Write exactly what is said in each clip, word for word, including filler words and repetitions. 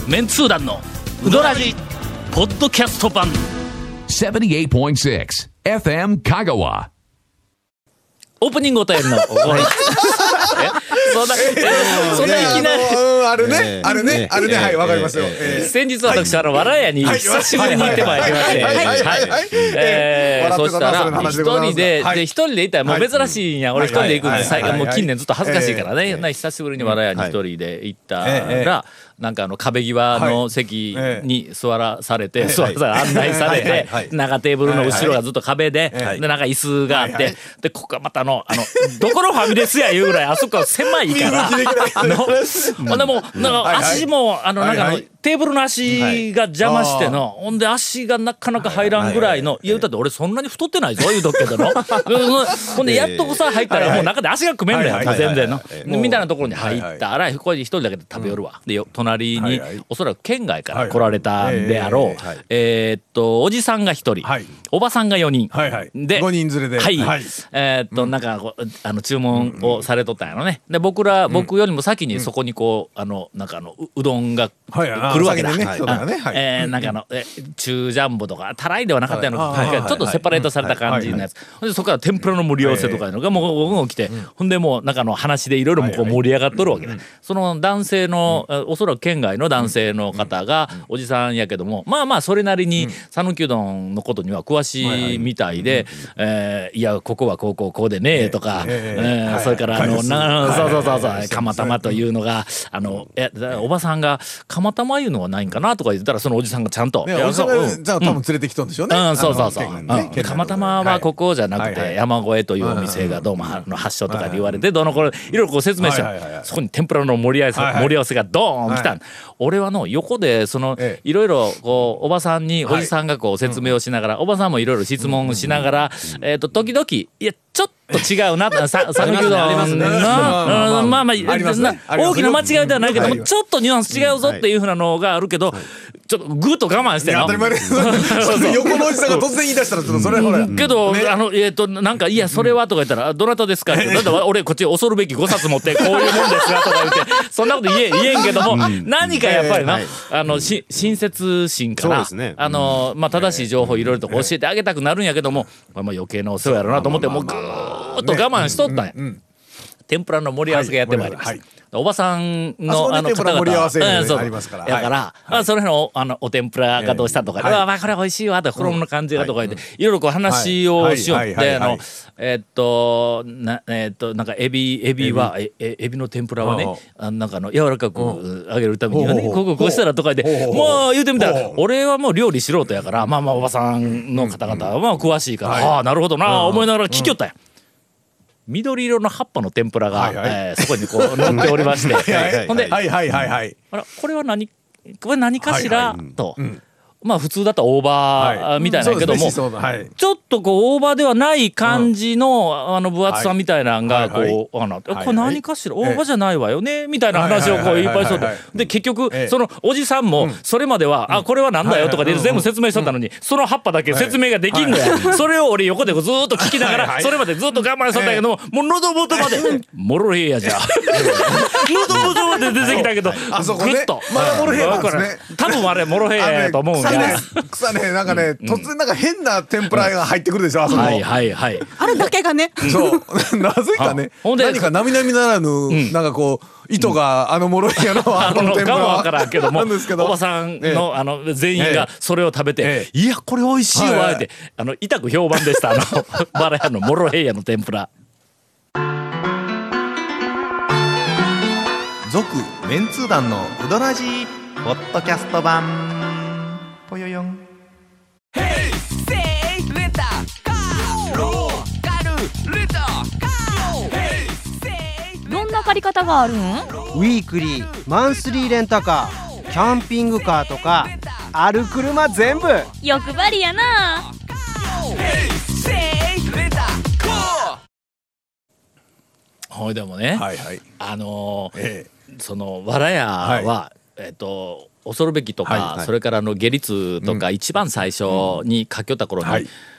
メンツー団のウドラジポッドキャスト版ななじゅうはちてんろく エフエム 香川。 オープニングお便りの終わり。えそんな、えそんないきなり、 うんあるね、あるね、あるね、はい、わかりますよ。えー先日私、あの、わらやに久しぶりに行ってまいりまして、 はいはいはいはいはいえーそしたら、一人で、 はいで、一人で行ったら、もう珍しいんや、俺一人で行くんです。 はいはいはいもう近年ずっと恥ずかしいからね。 えーな久しぶりにわらやに一人で行ったえら、なんかあの、壁際の席に座らされて、座らされ、案内されてはいはいはい、 長テーブルの後ろがずっと壁で、 はいで、なんか椅子があってはいはい、 で、ここがまたあの、あの、どこのファミレスやいうぐらい、あそこは狭いから、あの、ほんでもう、なんか足も、あの、なんかあの、テーブルの足が邪魔しての、ほんで足がなかなか入らんぐらいの、いや、だって俺そんなに太ってないぞ、言うとくけどの。ほんで、やっとこさ入ったら、もう中で足が組めんのや、全然の。みたいなところに入ったら、これで一人だけで食べよるわ。で、隣に、おそらく県外から来られたんであろう、えっと、おじさんが一人、おばさんがよにん。で、 ごにん連れで。 はい。えっと、なんか、あの、注文をされとったんやろね。で、僕ら、僕よりも先にそこにこう、あの、なんかあの、うどんが来るわけだ。えー、なんかあの、え、中ジャンボとか、たらいではなかったやの、ちょっとセパレートされた感じのやつ。ほんで、そこから天ぷらの盛り合わせとかいうのがもう、もう来て、ほんでもう、なんかの話でいろいろこう盛り上がっとるわけだ。その男性の、おそらく県外の男性の方が、おじさんやけども、まあまあ、それなりに、讃岐うどんのことには詳しいみたいで、えー、いや、ここはこうこうこうでね、とか、えー、それから、あの、な、そうそうそうそう、釜玉というのが、あの、え、おばさんが、釜玉いうのはないんかなとか言ったら、そのおじさんがちゃんと。 ね、おじさんが、じゃあ多分連れてきたんでしょうね。 うん、そうそうそう。釜玉はここじゃなくて、山越えというお店がどうも発祥とかで言われて、どうのこれ、いろいろこう説明して、そこに天ぷらの盛り合わせ、盛り合わせがドーン来た。俺はの、横で、その、いろいろ、こう、おばさんに、おじさんがこう説明をしながら、おばさんもいろいろ質問しながら、えっと、時々、いや、ちょっと違うな、さ、讃岐うどん。ありますね。まあまあ、大きな間違いではないけども、ちょっとニュアンス違うぞっていうふうなのがあるけど、ちょっとぐっと我慢してな。 当たり前です。横のおじさんが突然言い出したら、ちょっとそれほら。 けど、あの、えっと、なんか、いや、それはとか言ったら、どなたですかって。だって俺、こっち恐るべきごさつ持って、こういうもんですがとか言って、そんなこと言え、言えんけども、何かやっぱりな、あの、し、親切心から、あの、まあ、正しい情報いろいろと教えてあげたくなるんやけども、まあ、余計なお世話やろなと思って、もうぐーっと我慢しとったんや。天ぷらの盛り合わせがやってまいります。おばさんのあの方々、 盛り合わせだかから、その辺のあのお天ぷらがどうしたとか、うわまあこれ美味しいわと衣の感じがとか言っていろいろこう話をしようで、あのえっとなえっとなんかエビエビはえエビの天ぷらはね、なんかあの柔らかく揚げるためにはね、こここうしたらとか言って、もう言うてみたら俺はもう料理素人やから、まあまあおばさんの方々はまあ詳しいから、ああなるほどな思いながら聞きよったんや。緑色の葉っぱの天ぷらが、はいはいえー、そこにこう乗っておりましてほんで、 はいはいはいはい、 あらこれは何これ何かしら、はいはい、と、うん、まあ普通だったら大葉みたいなんやけども、はい、ちょっとこう大葉ではない感じの、うん、あの分厚さみたいなのがこう、はいはい、あのこれ何かしら、はいはい、大葉じゃないわよねみたいな話をこういっぱいしとって、で結局、ええ、そのおじさんもそれまでは、うん、あこれはなんだよとかで全部説明しとったのに、うん、その葉っぱだけ説明ができんのや、はい、それを俺横でずっと聞きながらそれまでずっと我慢しとったけども、もう喉元までモロヘイヤじゃ喉元まで出てきたけど、 あそこねグッとまだモロヘイヤなんですね。 多分あれモロヘイヤやと思うんだ。 草ね、なんかね、突然なんか変な天ぷらが入ってくるでしょ、あそこ。 はいはいはい。 あれだけがね。 そう、なぜかね、何か並々ならぬ、なんかこう、糸があのモロヘイヤのあの天ぷらはわからんけども、おばさんのあの全員がそれを食べて、いやこれ美味しいわって、あの痛く評判でした、あのバラヤのモロヘイヤの天ぷら。 続メンツー団のウドラジーポッドキャスト版ぽよよん。 どんな借り方があるん？ ウィークリー、マンスリーレンタカー、キャンピングカーとかある車全部欲張りやな。 ほいでもね、はいはい、あのーええ、そのわらやは、はい、えっと恐るべきとか、はいはい、それからの下律とか、うん、一番最初に書きよった頃に、はい、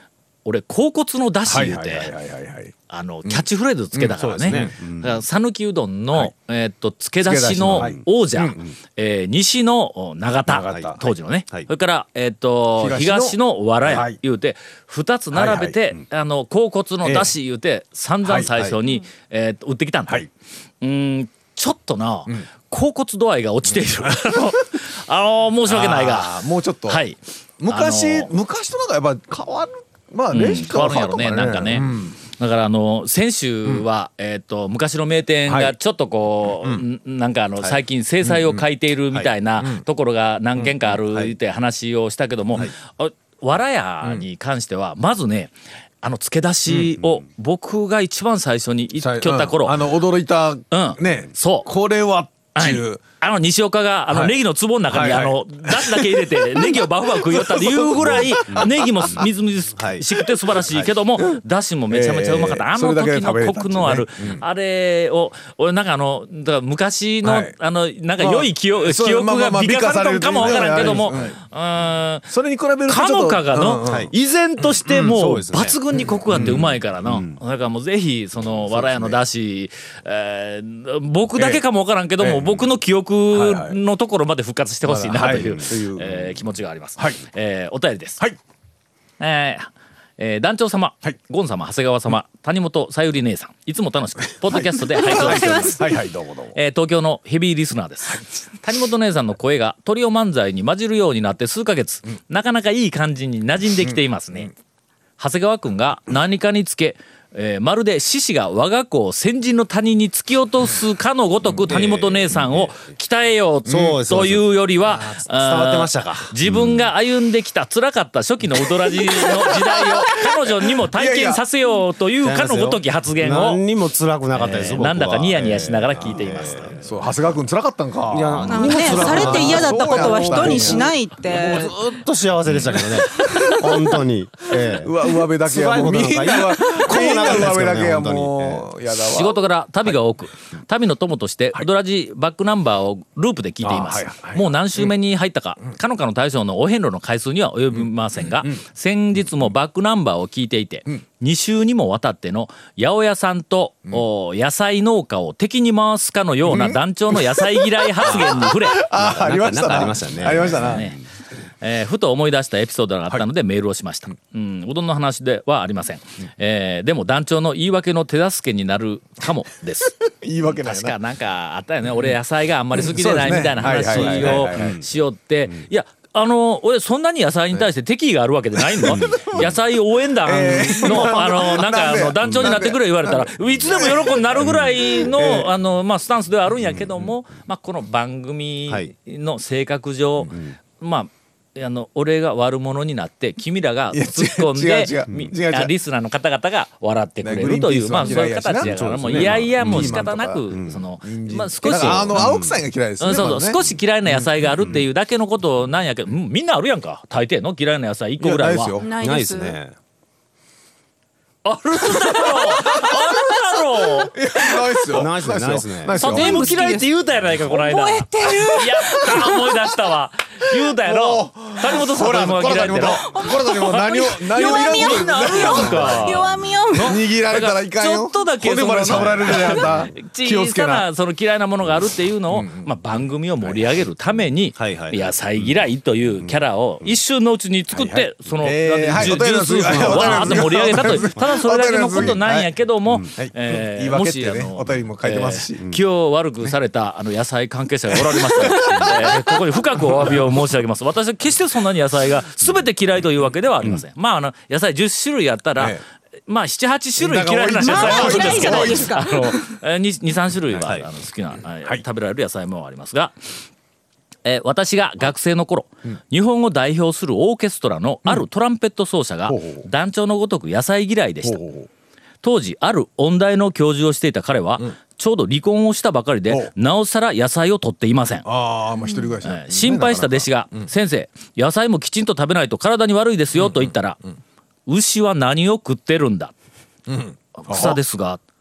俺甲骨のだし言うてあのキャッチフレーズつけたからね。讃岐うどんのえっとつけだしの王者西の長田当時のね。それからえっと東のわらや言うてふたつ並べてあの甲骨のだし言うて散々最初にえっと売ってきたんだ。うんちょっとな甲骨度合いが落ちている。あの申し訳ないがもうちょっと。はい。昔、あのー、昔となんかやっぱ変わるまあレシピ変わるんやろね、 なんかね、うん、だからあの先週は、うん、えっ、ー、と昔の名店がちょっとこう、はい、なんかあの、はい、最近制裁を書いているみたいなところが何軒かあるって話をしたけども、はい、わらやに関してはまずねあの漬け出しを僕が一番最初に言っきょった頃、 うん、あの驚いた、うん、ねそうこれはっていう、はいあの西岡があのネギの壺の中にあのだしだけ入れてネギをバフバフ食いよったっていうぐらいネギもみずみずしくて素晴らしいけどもだしもめちゃめちゃうまかったあの時のコクのあるあれを俺なんかあのだから昔のあのなんか良い記憶が美化されるかもわからんけどもそれに比べるとかのかがの依然としてもう抜群にコクがあってうまいからのだからもうぜひそのわらやのだし僕だけかもわからんけども僕の記憶のところまで復活してほしいなという、はいえー、気持ちがあります、はいえー、お便りです、はいえーえー、団長様、はい、ゴン様、長谷川様、うん、谷本さゆり姉さんいつも楽しくポッドキャストで拝聴しております、はいはいどうもどうもえー、東京のヘビーリスナーです、はい、谷本姉さんの声がトリオ漫才に混じるようになって数ヶ月、うん、なかなかいい感じに馴染んできていますね、うんうん、長谷川くんが何かにつけえー、まるで獅子が我が子を先人の谷に突き落とすかのごとく谷本姉さんを鍛えようというよりは伝わってましたか自分が歩んできた辛かった初期のウドラジの時代を彼女にも体験させようというかのごとき発言を何にも辛くなかったです、 えー、なんだかニヤニヤしながら聞いています、えー、そう長谷川君辛かったんかいや何もねされて嫌だったことは人にしないってずっと幸せでしたけどね本当に、 えー、上上辺だけはもうみんなは上辺だけはもうやだわ仕事から旅が多く、はい、旅の友としてウドラジバックナンバーをループで聞いています、はいはい、もう何週目に入ったか、うん、かのかの大将のお遍路の回数には及びませんが、うんうん、先日もバックナンバーを聞いていて、うん、に週にもわたっての八百屋さんと、うん、野菜農家を敵に回すかのような団長の野菜嫌い発言に触れあありましたなありましたねありましたな、 ねえー、ふと思い出したエピソードがあったのでメールをしました、はいうん、うどんの話ではありません、うんえー、でも団長の言い訳の手助けになるかもです言い訳ないな確かなんかあったよね、うん、俺野菜があんまり好きでないみたいな話をしよっていやあの俺そんなに野菜に対して敵意があるわけでないの野菜応援団の、えー、あのなんかあの団長になってくれ言われたらいつでも喜んでなるぐらいの、えーあのまあ、スタンスではあるんやけども、まあ、この番組の性格上、はいまああの俺が悪者になって君らが突っ込んでリスナーの方々が笑ってくれるというまあそういう形やからもういやいやもう仕方なくそのまあ少しあの青臭いが嫌いですねそうそう少し嫌いな野菜があるっていうだけのことなんやけどみんなあるやんか大抵の嫌いな野菜いっこぐらいはないですねあるだろうあるだろういやないっすよないっすねないっすねサテンも嫌いって言うたやないかこの間覚えてるやった思い出したわ言うたやろ谷本さんが嫌いってろこれだけも何を何を弱みを弱みを握られたらいかんよちょっとだけ骨まで触られるじゃんあんた小さなその嫌いなものがあるっていうのをまあ番組を盛り上げるために野菜嫌いというキャラを一瞬のうちに作ってその十数分をわーっと盛り上げたというただそれだけのことなんやけどもえもしあのお便りも書いてますし気を悪くされたあの野菜関係者がおられましたらここに深くお詫びを申し上げます。私は決してそんなに野菜が全て嫌いというわけではありません、うん、まああの野菜じゅっしゅるいあったら、ええ、まあ ななはち種類嫌いな野菜もあるんですけど、あの にさん種類は、はい、あの好きな、はい、食べられる野菜もありますが、えー、私が学生の頃、うん、日本を代表するオーケストラのあるトランペット奏者が、うん、団長のごとく野菜嫌いでした。ほうほうほう当時ある音大の教授をしていた彼は、うん、ちょうど離婚をしたばかりでなおさら野菜を取っていません。 ああ、まあ、一人暮らし、ね、 心配した弟子が、うん、先生野菜もきちんと食べないと体に悪いですよ、うん、と言ったら、うん、牛は何を食ってるんだ、うん、草ですが、うん、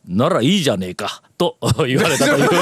ならいいじゃねえかと言われたというね。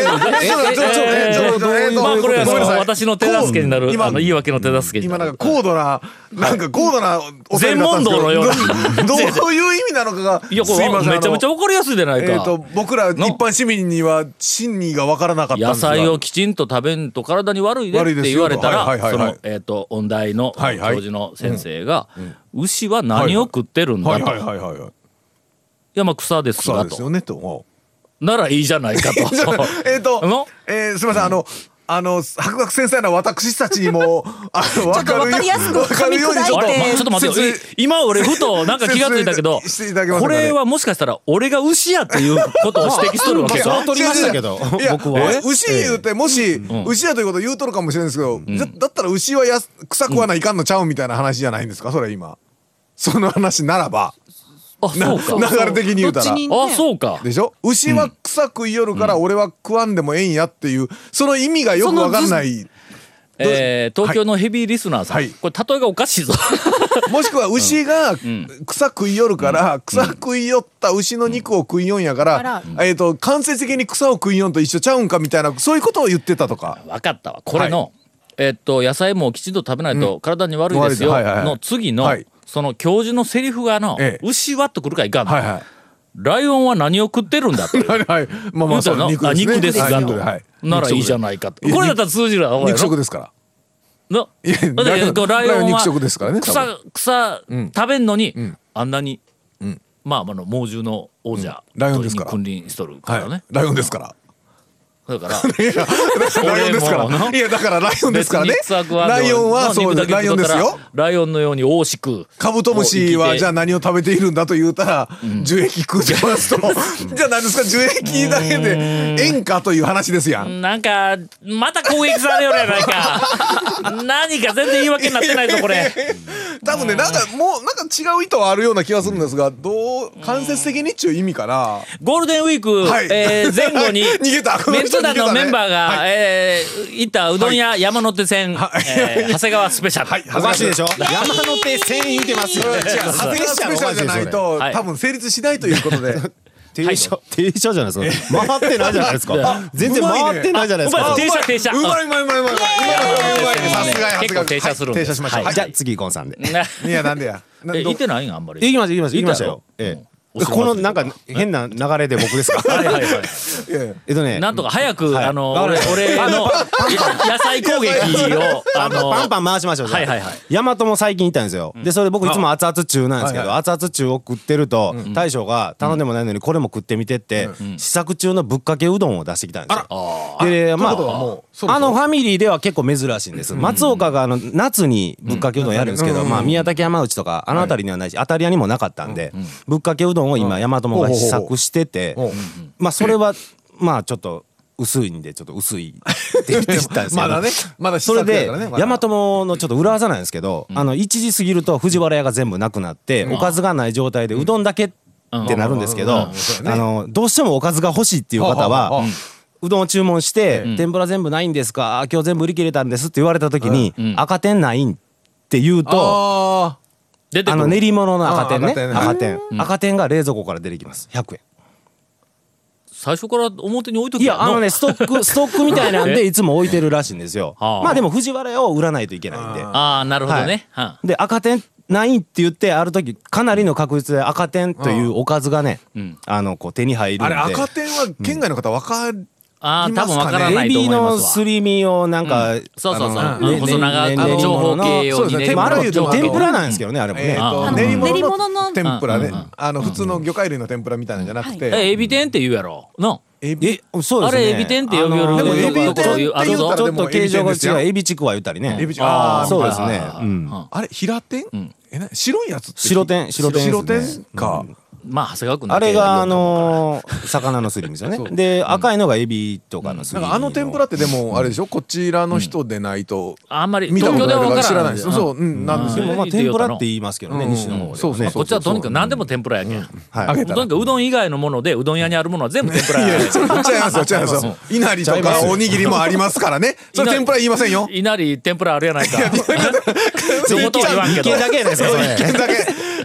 まあこれは私の手助けになるあの言い訳の手助けになる。 今なんか高度ななんか高度な全問答のようなどういう意味なのかがいやこれめちゃめちゃ分かりやすいじゃないか。 えっと僕ら一般市民には真意が分からなかったんですが、 野菜をきちんと食べんと体に悪いでって言われたらそのえっと音大の教授の先生が牛は何を食ってるんだと。いやまあ草ですがと。ならいいじゃないかと。 えっと、えー、すみません、あの、あの、博学繊細な私たちにも、あの、わかるように、わかるようにちょっと、 ちょっと待ってよ。今俺ふとなんか気がついたけど、これはもしかしたら俺が牛やっていうことを指摘しとるわけでしょ。 取りましたけど、 僕は。牛言うて、もし、牛やということを言うとるかもしれないですけど、だったら牛はや草食わないかんのちゃうみたいな話じゃないんですか、それ今。その話ならば。 あ、そうか。 流れ的に言うたら。 あ、そうか。 でしょ。牛は草食いよるから俺は食わんでもええんやっていうその意味がよくわかんない。 えー、東京のヘビーリスナーさん、はい、これ例えがおかしいぞ。 もしくは牛が草食いよるから、うん、草食いよった牛の肉を食いよんやから、うん、えっと間接的に草を食いよんと一緒ちゃうんかみたいなそういうことを言ってたとか。 分かったわ。これの、はい、えー、っと野菜もきちんと食べないと体に悪いですよ、うん、の次の、はい、その教授のセリフがの、ええ、牛はっとくるかいかんの、はいはい、ライオンは何を食ってるんだとはい、はい、まあまあそう肉ですね、肉ですがと、はい、ならいいじゃないかと。これだったら通じるわ。 肉食ですからのいやライオンは肉食ですからね。 草草食べんのに、うん、あんなに、うん、まああの猛獣の王者、うん、 ライオンですから君臨しとるからね、 はい、ライオンですからだからライオンですからいやだからライオンですからね。ライオンはそうライオンですよ。 ライオンのように大しくカブトムシはじゃあ何を食べているんだと言うたら、うん、樹液食うてますとじゃあ何ですか樹液だけで塩化という話ですやん。 なんかまた攻撃されるやないか何か全然言い訳になってないぞこれ。 多分ねなんかもうなんか違う意図はあるような気がするんですが、どう間接的にっちゅう意味かな。 ゴールデンウィーク、はい、えー、前後に逃げたメンツ団のメンバーが、はい、えー、行ったうどん屋山手線、はい、えー、長谷川スペシャル、はい、 おかしいでしょ山手線言うてますよ。 長谷川スペシャルじゃないと、はい、多分成立しないということで停車、停車じゃないですか。回ってないじゃないですか。全然回ってないじゃないですか。 停車停車。 うまいうまいうまいうまい。さすが結構停車するんで。 停車しました。 じゃあ次ゴンさんで。 いやなんでや。 行ってないんあんまり。 行きました行きました行きましたよ。ええ。このなんか変な流れで僕ですか。はいはいはい。えっとね、 なんとか早くあの俺俺の野菜攻撃をあのパンパン回しましょう。はいはいはい。大和も最近行ったんですよ。でそれ僕いつも熱々中なんですけど、熱々中を食ってると大将が頼んでもないのにこれも食ってみてって試作中のぶっかけうどんを出してきたんですよ。でまああのファミリーでは結構珍しいんです。松岡があの夏にぶっかけうどんやるんですけど、まあ宮崎山内とかあの辺りにはないし当たり屋にもなかったんでぶっかけうどんを今大和もが試作してて、まあそれはまあちょっと薄いんでちょっと薄いって言ってたんですけどまだねまだ試作やからね。それで大和ものちょっと裏技なんですけど、あのいちじ過ぎると藤原屋が全部なくなっておかずがない状態でうどんだけってなるんですけど、あのどうしてもおかずが欲しいっていう方はうどんを注文して天ぷら全部ないんですか、今日全部売り切れたんですって言われた時に赤点ないんって言うと、あの練り物の赤点ね、赤点赤点が冷蔵庫から出てきます。ひゃくえん。 最初から表に置いときいやあのねストックストックみたいなんでいつも置いてるらしいんですよ。まあでも藤原屋を売らないといけないんで。 ああなるほどね。 で赤点ないって言ってある時かなりの確率で赤点というおかずがねあのこう手に入るんで。 あれ赤点は県外の方分かる。 ああ多分わからないと思いますわ。エビのすり身をなんか、うん、 そうそうそう、細長く長方形用にね、 天ぷらなんですけどねあれもね。 練り物の天ぷらね、あの普通の魚介類の天ぷらみたいなんじゃなくて、 えエビ天って言うやろの。 エビそうですね。 あれエビ天って呼びよる。 でもエビ天って言ったらちょっと形状が違うエビちくわ言ったりね。ああそうですね。 あれ平天？えな白いやつって。 白天白天白天か。 まあ長谷川君あれがあの魚のすり身ですよね。で赤いのがエビとかのすり身。 あの天ぷらってでもあれでしょ、こちらの人でないとあんまり東京では分からないです。 そうなんですよ。 でもまあ天ぷらって言いますけどね西の方で。 そうそう。こっちはとにかく何でも天ぷらやけん。とにかくうどん以外のものでうどん屋にあるものは全部天ぷらや。 違いますよ違いますよ。いなりとかおにぎりもありますからね。それ天ぷら言いませんよ。 いなり天ぷらあるやないか。そことは言わんけど。 一軒だけですかそれ。 一軒だけ。い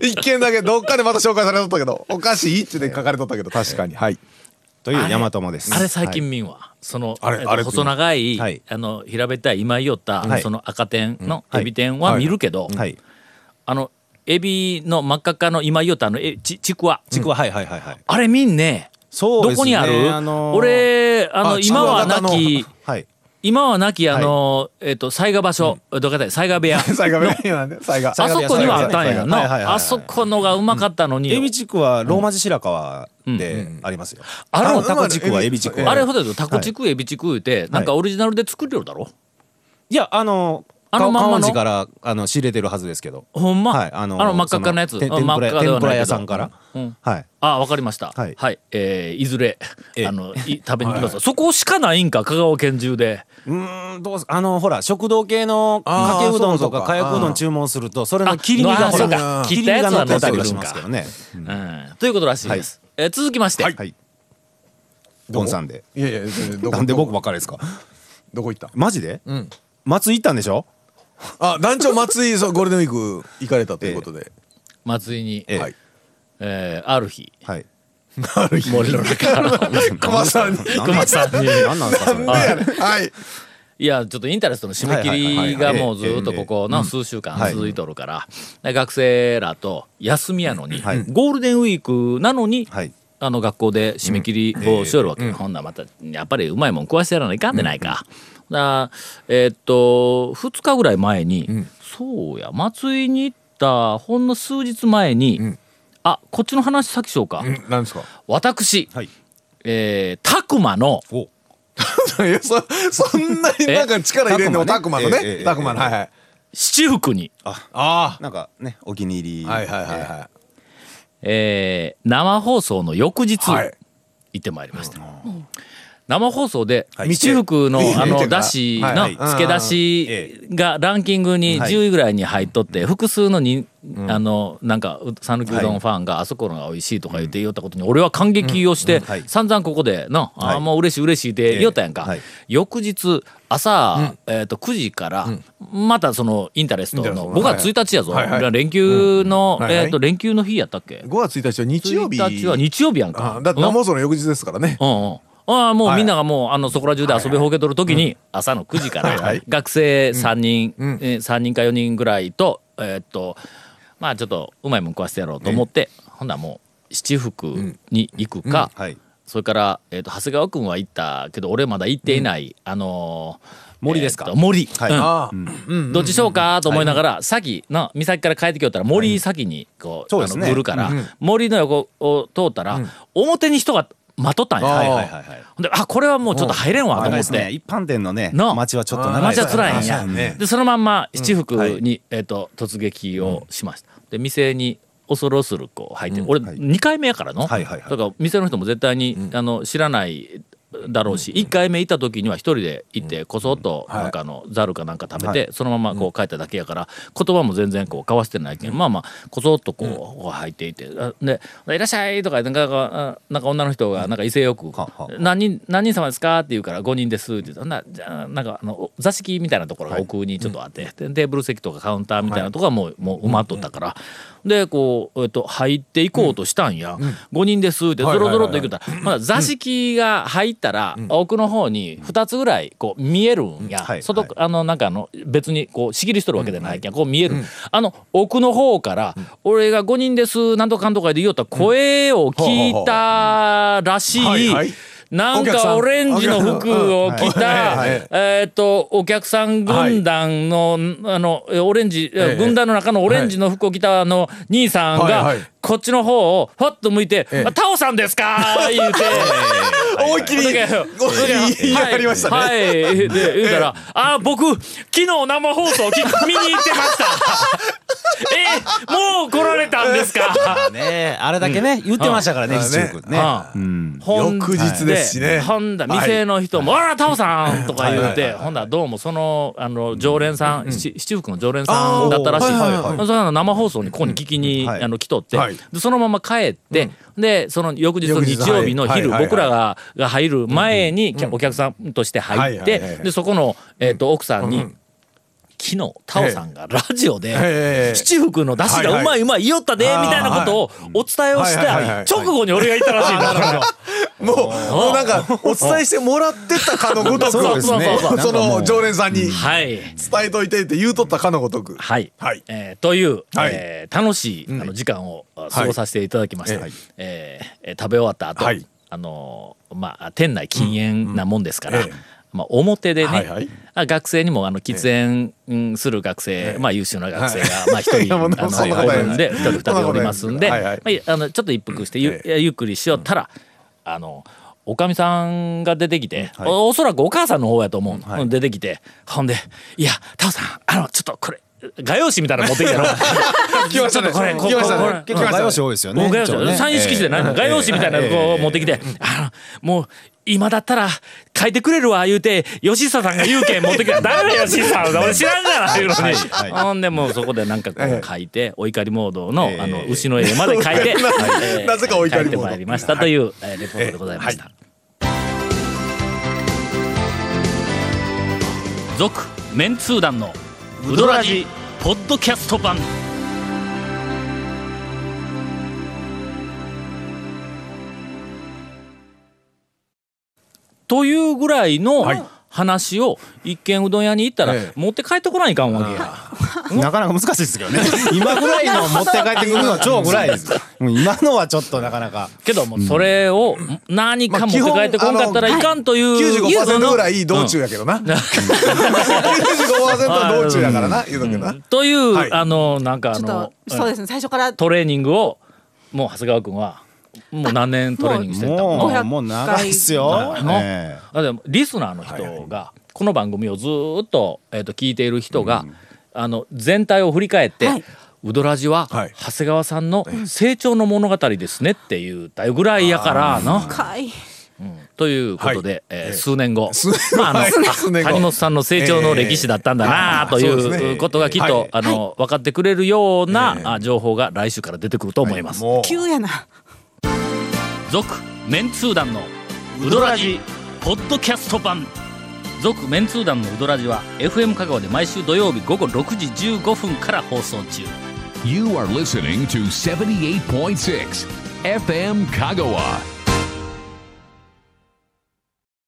一件だけどっかでまた紹介されとったけどおかしいってで書かれとったけど確かにはいという大和もです。 あれ最近見んわ。そのあれあれ細長いはいあの平べったい今言おったはいその赤点のエビ天は見るけど、 はい。 あのエビの真っ赤っかの今言おったあのえちちくわ、 ちくわはいはいはいはい。 あれ見んね。 そうですね。 どこにある？ あのー俺あのあ今はなきはい。 今はなきあのえっと災害場所どこだ災害部屋。 災害部屋なんで災害あそこにはあったんやはいはいはいはいな。あそこのがうまかったのに。 エビちくわローマ字白川でありますよ。 あれあのタコちくわエビちくわ。 あれほどタコチクエビチク言うてなんかオリジナルで作るよだろ。 いやあのあのまんまの観音寺からあの仕入れてるはずですけど。 ほんま。 はいあのあの真っ赤っかなやつ。 そのて天ぷら真っ赤ではないけど天ぷら屋さんから。 うんはい。 あ、わかりました。 はいはい。えーいずれええあのい食べに行きます。そこしかないんか香川県中で。 うーんどうすあのほら食堂系のかけうどんとかかやくうどん注文するとそれの切り身があほらそうか切り身が乗ってたりはし切ったやつは乗ってくるんかますけどね。うんうんということらしいです。えー続きまして。 はい。ドンさんで。 いやいやどこなんで僕ばっかりですか。 どこ行ったマジで？ ん松井行ったんでしょ？ あ団長松井そうゴールデンウィーク行かれたということで松井に、 ええはいえーある日はい。 森の中から熊さんに熊さんに。 何なんですかそれ。 はいいやちょっとインタレストの締め切りがもうずっとここの数週間続いとるから、で学生らと休みやのに、 はいゴールデンウィークなのに、 はい。 あの学校で締め切りをしよるわけ、ほんならまたやっぱりうまいもん食わしてやらないかんでないか、だからえーっとふつかぐらい前に、そうや松井に行ったほんの数日前に、あこっちの話先しようか、 何ですか私、 はい。 えー、拓磨のお。 いやそそんなになんか力入れんのたくまのええええねたくまのはいはい七福に、 あなんかねお気に入り。 あはいはいはいはえー生放送の翌日、 はい行ってまいりました、生放送でい七福の見てあの見てからだしはいはいの付け出しがランキングにじゅういぐらいに入っとって複数のにあのなんか讃岐うどんファンがあそこのが美味しいとか言って言ったことに俺は感激をしてはい散々ここでなあーもう嬉しい嬉しいって言おったやんかはい翌日朝えーとくじからまたそのインタレストのごがつついたちやぞはいはい連休のはいはいえーと連休の日やったっけいごがつついたちは日曜日ついたちは日曜日やんかあだって生放送の翌日ですからねうんうんああもうみんながもうあのそこら中で遊びほうけとる時に朝のくじから学生さんにんえーさんにんかよにんぐらいとえーっとまあちょっとうまいもん食わせてやろうと思ってほんならもう七福に行くかはい。 それからえーっと長谷川君は行ったけど俺まだ行っていないあのー森ですかえーっと森はいうんあどっちしようかと思いながら先の岬から帰ってきよったら森先にこうあのそうですね来るから森の横を通ったら表に人が待っとったんや。 あーはいはいはいはい。 ほんであこれはもうちょっと入れんわと思ってあれですね。一般店のねの街はちょっと長い町はですから辛いんや、 そうねでそのまんま七福はいに、えー、と突撃をしました、で店に恐る恐るこう入って、俺はいにかいめやからの、 はいはいはいだから店の人も絶対に、あの知らないだろうし、いっかいめ行った時には一人で行ってこそっとなんかあのざるかなんか食べて、そのままこう帰っただけやから言葉も全然こう交わしてないけど、まあまあこそっとこう入っていて、あで「いらっしゃい」とかなんかあなんか女の人がなんか威勢よくはは 「何人何人様ですか?」って言うから「ごにんです」って言うとなじゃあなんかあの座敷みたいなところが奥にちょっとあって、でテーブル席とかカウンターみたいなところがもう,、もう埋まっとったから、でこう、えっと、入っていこうとしたんや、ごにんですってゾロゾロっと行くたら、まだ座敷が入ったら、奥の方にふたつぐらいこう見えるんや、 はい外あのなんかあの別にこう仕切りしとるわけじゃないけん、こう見える、あの奥の方から、俺がごにんですなんとかんとかで言おった声を聞いたらしい、 はいはいなんかオレンジの服を着たえっとお客さん軍団のあのオレンジ軍団の中のオレンジの服を着たあの兄さんがこっちの方をファッと向いて「タオさんですか?」言うて思いっきり言いやりましたねはいで言うたら「あ僕昨日生放送見に行ってました」えもう来られたんですかねあれだけね言ってましたからね七福ね。 翌日ですしねほんだ店の人も「あらタオさん!」とか言うてほんだどうもそのあの常連さん七福の常連さんだったらしい、その生放送にここに聞きにあの来とってでそのまま帰ってでその翌日の日曜日の昼僕らがが入る前にお客さんとして入ってでそこのえと奥さんに昨日タオさんがラジオで七福の出汁がうまいうまい言おったでみたいなことをお伝えをした直後に俺が言ったらしいんだからもうもうなんかお伝えしてもらってたかのごとくそうですねその常連さんに伝はいえといてって言うとったかのごとくはい、 はいえー、という、 はいえー、楽しい、うん、あの時間を過ごさせていただきました、はいえーえー、食べ終わった後、はい、あのー、まあ店内禁煙なもんですから、うんうんええまあ、表でね、はいはい、学生にもあの喫煙する学生、ええまあ、優秀な学生がまあ一人あのおるんで一人二人おりますんで、はいはいまあ、あのちょっと一服してゆ,、ええ、ゆっくりしよったらあのおかみさんが出てきて、はい、お, おそらくお母さんの方やと思う、はい、出てきてほんで「いやタオさんあのちょっとこれ画用紙みたいなの持ってきたの来ましたね。 これ来ましたね。 結構画用紙多いですよね。 画用紙サイン色紙でないの画用紙みたいなのを持ってきて、あのもう今だったら書いてくれるわ言うて吉佐さんが言うけん持ってきた誰だよ吉佐さん俺知らんがな言うのに、ほんでもうそこでなんかこう書いてお怒りモードのあの牛の絵まで書いてなぜかお怒りモード書いてまいりましたというレポートでございました。続メンツー団のウドラジポッドキャスト版というぐらいの話を一軒うどん屋に行ったら持って帰ってこないかんわけや。 なかなか難しいですけどね今ぐらいの持って帰ってくるのは超ぐらいですもう今のはちょっとなかなかけどもそれを何か持って帰ってこんかったらいかんというきゅうじゅうごパーセント ぐらい道中やけどな、うん、きゅうじゅうごパーセント は道中やからな言うとけどな、うん、 という、はい、あのなんかあのそうですね最初からトレーニングをもう長谷川君はもう何年トレーニングしてたの？ もうもう長いっすよ。 えー、でもリスナーの人がこの番組をずっとえっと聞いている人が、うん、あの全体を振り返って、はい、ウドラジは長谷川さんの成長の物語ですねっていうたぐらいやからな。 深い。 うん、ということで、はいえー、数年後、 まあ、あの谷本さんの成長の歴史だったんだなということがきっと、はい、あの、はい、分かってくれるような、えー、情報が来週から出てくると思います。 はい、急やな。 続メンツー団のウドラジポッドキャスト版続メンツー団のウドラジは エフエム 香川で毎週土曜日午後ろくじじゅうごふんから放送中。 You are listening to seventy-eight point six エフエム 香川